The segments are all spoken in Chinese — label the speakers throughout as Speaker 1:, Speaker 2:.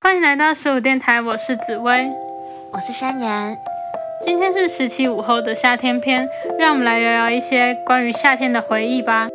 Speaker 1: 欢迎来到15电台，我是紫薇，
Speaker 2: 我是宣言。
Speaker 1: 今天是17午后的夏天篇，让我们来聊聊一些关于夏天的回忆吧。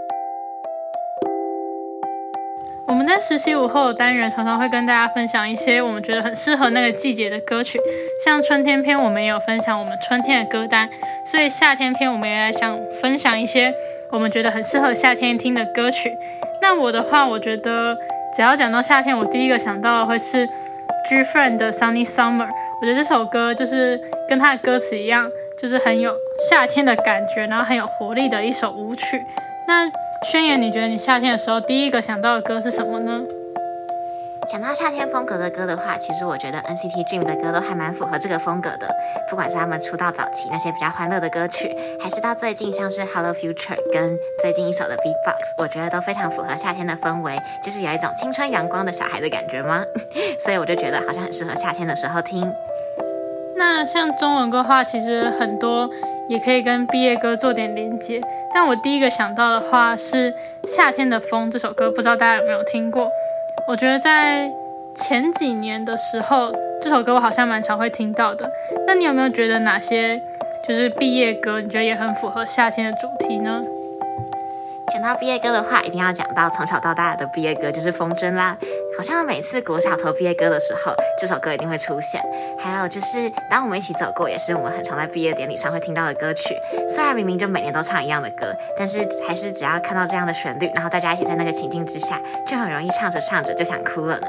Speaker 1: 我们在17午后的单元常常会跟大家分享一些我们觉得很适合那个季节的歌曲，像春天篇我们也有分享我们春天的歌单，所以夏天篇我们也来想分享一些我们觉得很适合夏天听的歌曲。那我的话，我觉得只要讲到夏天，我第一个想到的会是 G-Friend 的 Sunny Summer。 我觉得这首歌就是跟它的歌词一样，就是很有夏天的感觉，然后很有活力的一首舞曲。那宣言，你觉得你夏天的时候第一个想到的歌是什么呢？
Speaker 2: 讲到夏天风格的歌的话，其实我觉得 NCT Dream 的歌都还蛮符合这个风格的，不管是他们出道早期那些比较欢乐的歌曲，还是到最近像是 Hello Future 跟最近一首的 Beatbox， 我觉得都非常符合夏天的氛围，就是有一种青春阳光的小孩的感觉吗？所以我就觉得好像很适合夏天的时候听。
Speaker 1: 那像中文歌的话，其实很多也可以跟毕业歌做点连结，但我第一个想到的话是《夏天的风》这首歌，不知道大家有没有听过？我觉得在前几年的时候，这首歌我好像蛮常会听到的。那你有没有觉得哪些就是毕业歌，你觉得也很符合夏天的主题呢？
Speaker 2: 讲到毕业歌的话，一定要讲到从小到大的毕业歌，就是风筝啦。好像每次国小投毕业歌的时候，这首歌一定会出现。还有就是当我们一起走过，也是我们很常在毕业典礼上会听到的歌曲。虽然明明就每年都唱一样的歌，但是还是只要看到这样的旋律，然后大家一起在那个情境之下，就很容易唱着唱着就想哭了呢。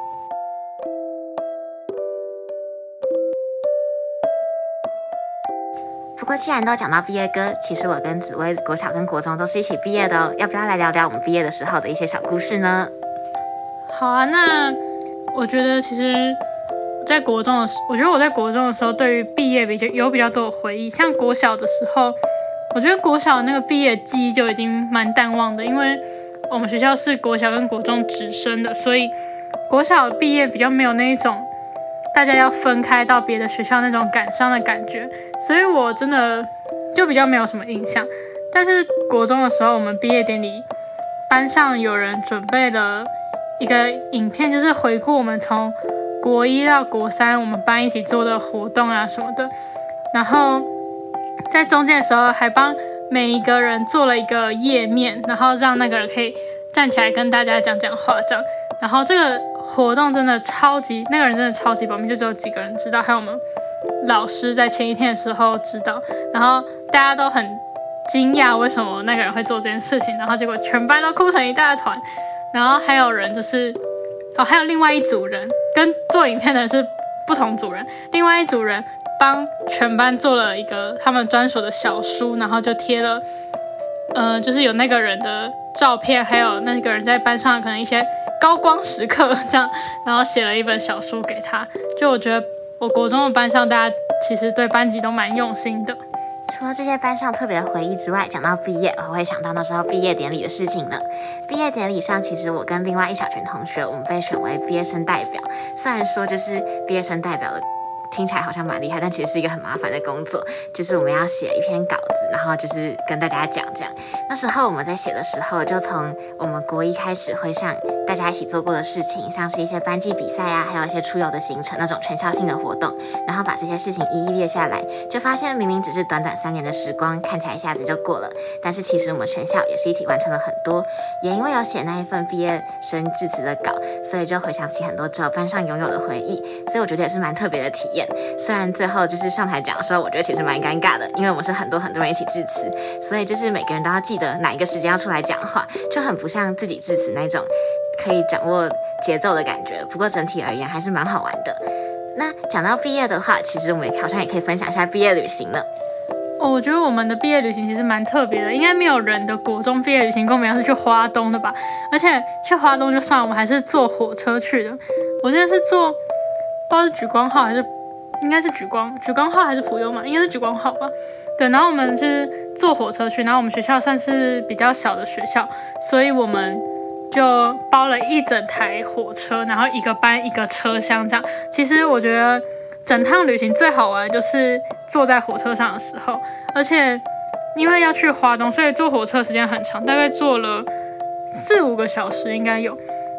Speaker 2: 不过既然都讲到毕业歌，其实我跟紫薇国小跟国中都是一起毕业的哦，要不要来聊聊我们毕业的时候的一些小故事呢？
Speaker 1: 好啊，那我觉得其实在国中的时候，我觉得我在国中的时候对于毕业有比较多的回忆。像国小的时候，我觉得国小那个毕业记忆就已经蛮淡忘的，因为我们学校是国小跟国中直升的，所以国小毕业比较没有那一种大家要分开到别的学校那种感伤的感觉，所以我真的就比较没有什么印象。但是国中的时候，我们毕业典礼班上有人准备了一个影片，就是回顾我们从国1到国3我们班一起做的活动啊什么的，然后在中间的时候还帮每一个人做了一个页面，然后让那个人可以站起来跟大家讲讲话这样。然后这个活动真的那个人真的超级保密，就只有几个人知道，还有我们老师在前一天的时候知道，然后大家都很惊讶为什么那个人会做这件事情，然后结果全班都哭成一大团。然后还有人还有另外一组人跟做影片的人是不同组人，另外一组人帮全班做了一个他们专属的小书，然后就贴了就是有那个人的照片，还有那个人在班上可能一些高光时刻这样，然后写了一本小书给他。就我觉得我国中的班上大家其实对班级都蛮用心的。
Speaker 2: 除了这些班上特别的回忆之外，讲到毕业，我会想到那时候毕业典礼的事情呢。毕业典礼上，其实我跟另外一小群同学，我们被选为毕业生代表。虽然说就是毕业生代表的听起来好像蛮厉害，但其实是一个很麻烦的工作，就是我们要写一篇稿子，然后就是跟大家讲这样。那时候我们在写的时候，就从我们国1开始会像大家一起做过的事情，像是一些班级比赛啊，还有一些出游的行程，那种全校性的活动，然后把这些事情一一列下来，就发现明明只是短短3年的时光，看起来一下子就过了，但是其实我们全校也是一起完成了很多。也因为有写那一份毕业生致辞的稿，所以就回想起很多只有班上拥有的回忆，所以我觉得也是蛮特别的体验。虽然最后就是上台讲的时候，我觉得其实蛮尴尬的，因为我们是很多人一起致辞，所以就是每个人都要记得哪一个时间要出来讲话，就很不像自己致辞那种可以掌握节奏的感觉。不过整体而言还是蛮好玩的。那讲到毕业的话，其实我们好像也可以分享一下毕业旅行呢。
Speaker 1: 我觉得我们的毕业旅行其实蛮特别的，应该没有人的国中毕业旅行跟我们一样是去花东的吧？而且去花东就算了，我们还是坐火车去的。我记得是坐，不知道是莒光号还是，应该是莒光号还是普悠玛，应该是莒光号吧。对，然后我们是坐火车去，然后我们学校算是比较小的学校，所以我们就包了一整台火车，然后一个班一个车厢这样。其实我觉得整趟旅行最好玩的就是坐在火车上的时候，而且因为要去花东，所以坐火车时间很长，大概坐了4-5个小时应该有，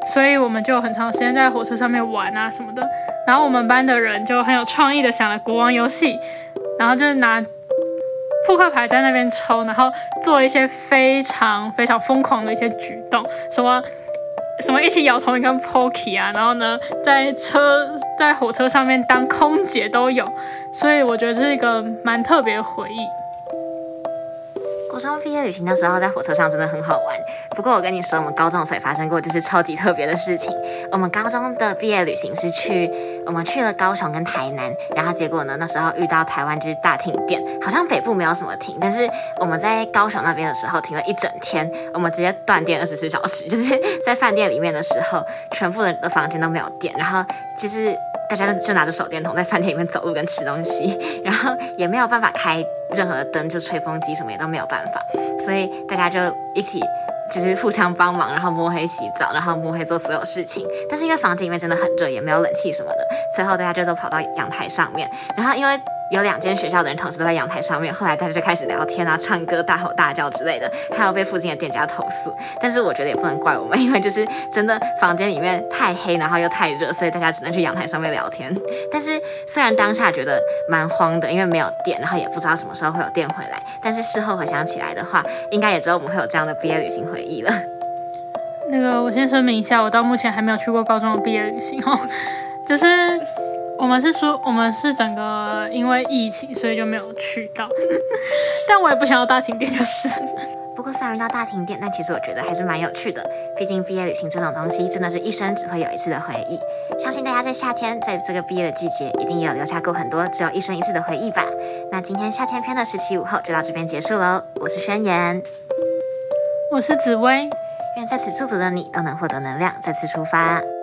Speaker 1: 所以我们就有很长时间在火车上面玩啊什么的。然后我们班的人就很有创意的想了国王游戏，然后就是拿扑克牌在那边抽，然后做一些非常非常疯狂的一些举动，什么一起咬同一根 Pocky 啊，然后呢在火车上面当空姐都有，所以我觉得这是一个蛮特别的回忆。
Speaker 2: 国中毕业旅行的时候，在火车上真的很好玩。不过我跟你说，我们高中的时候也发生过就是超级特别的事情。我们高中的毕业旅行是我们去了高雄跟台南，然后结果呢，那时候遇到台湾就是大停电，好像北部没有什么停，但是我们在高雄那边的时候停了一整天，我们直接断电24小时，就是在饭店里面的时候，全部的房间都没有电，然后就是大家就拿着手电筒在饭店里面走路跟吃东西，然后也没有办法开任何的灯，就吹风机什么也都没有办法，所以大家就一起就是互相帮忙，然后摸黑洗澡，然后摸黑做所有事情。但是因为房间里面真的很热，也没有冷气什么的，最后大家就都跑到阳台上面，然后因为有2间学校的人同时都在阳台上面，后来大家就开始聊天啊、唱歌、大吼大叫之类的，还有被附近的店家投诉。但是我觉得也不能怪我们，因为就是真的房间里面太黑，然后又太热，所以大家只能去阳台上面聊天。但是虽然当下觉得蛮慌的，因为没有电，然后也不知道什么时候会有电回来，但是事后回想起来的话，应该也只有我们会有这样的毕业旅行回忆了。
Speaker 1: 我先声明一下，我到目前还没有去过高中的毕业旅行哦，就是我们是整个因为疫情，所以就没有去到，但我也不想要大停电就是。
Speaker 2: 不过虽然到大停电，但其实我觉得还是蛮有趣的，毕竟毕业旅行这种东西真的是一生只会有一次的回忆。相信大家在夏天，在这个毕业的季节，一定也有留下过很多只有一生一次的回忆吧。那今天夏天篇的17午后就到这边结束喽，我是宣言，
Speaker 1: 我是紫薇，
Speaker 2: 愿在此驻足的你都能获得能量，再次出发。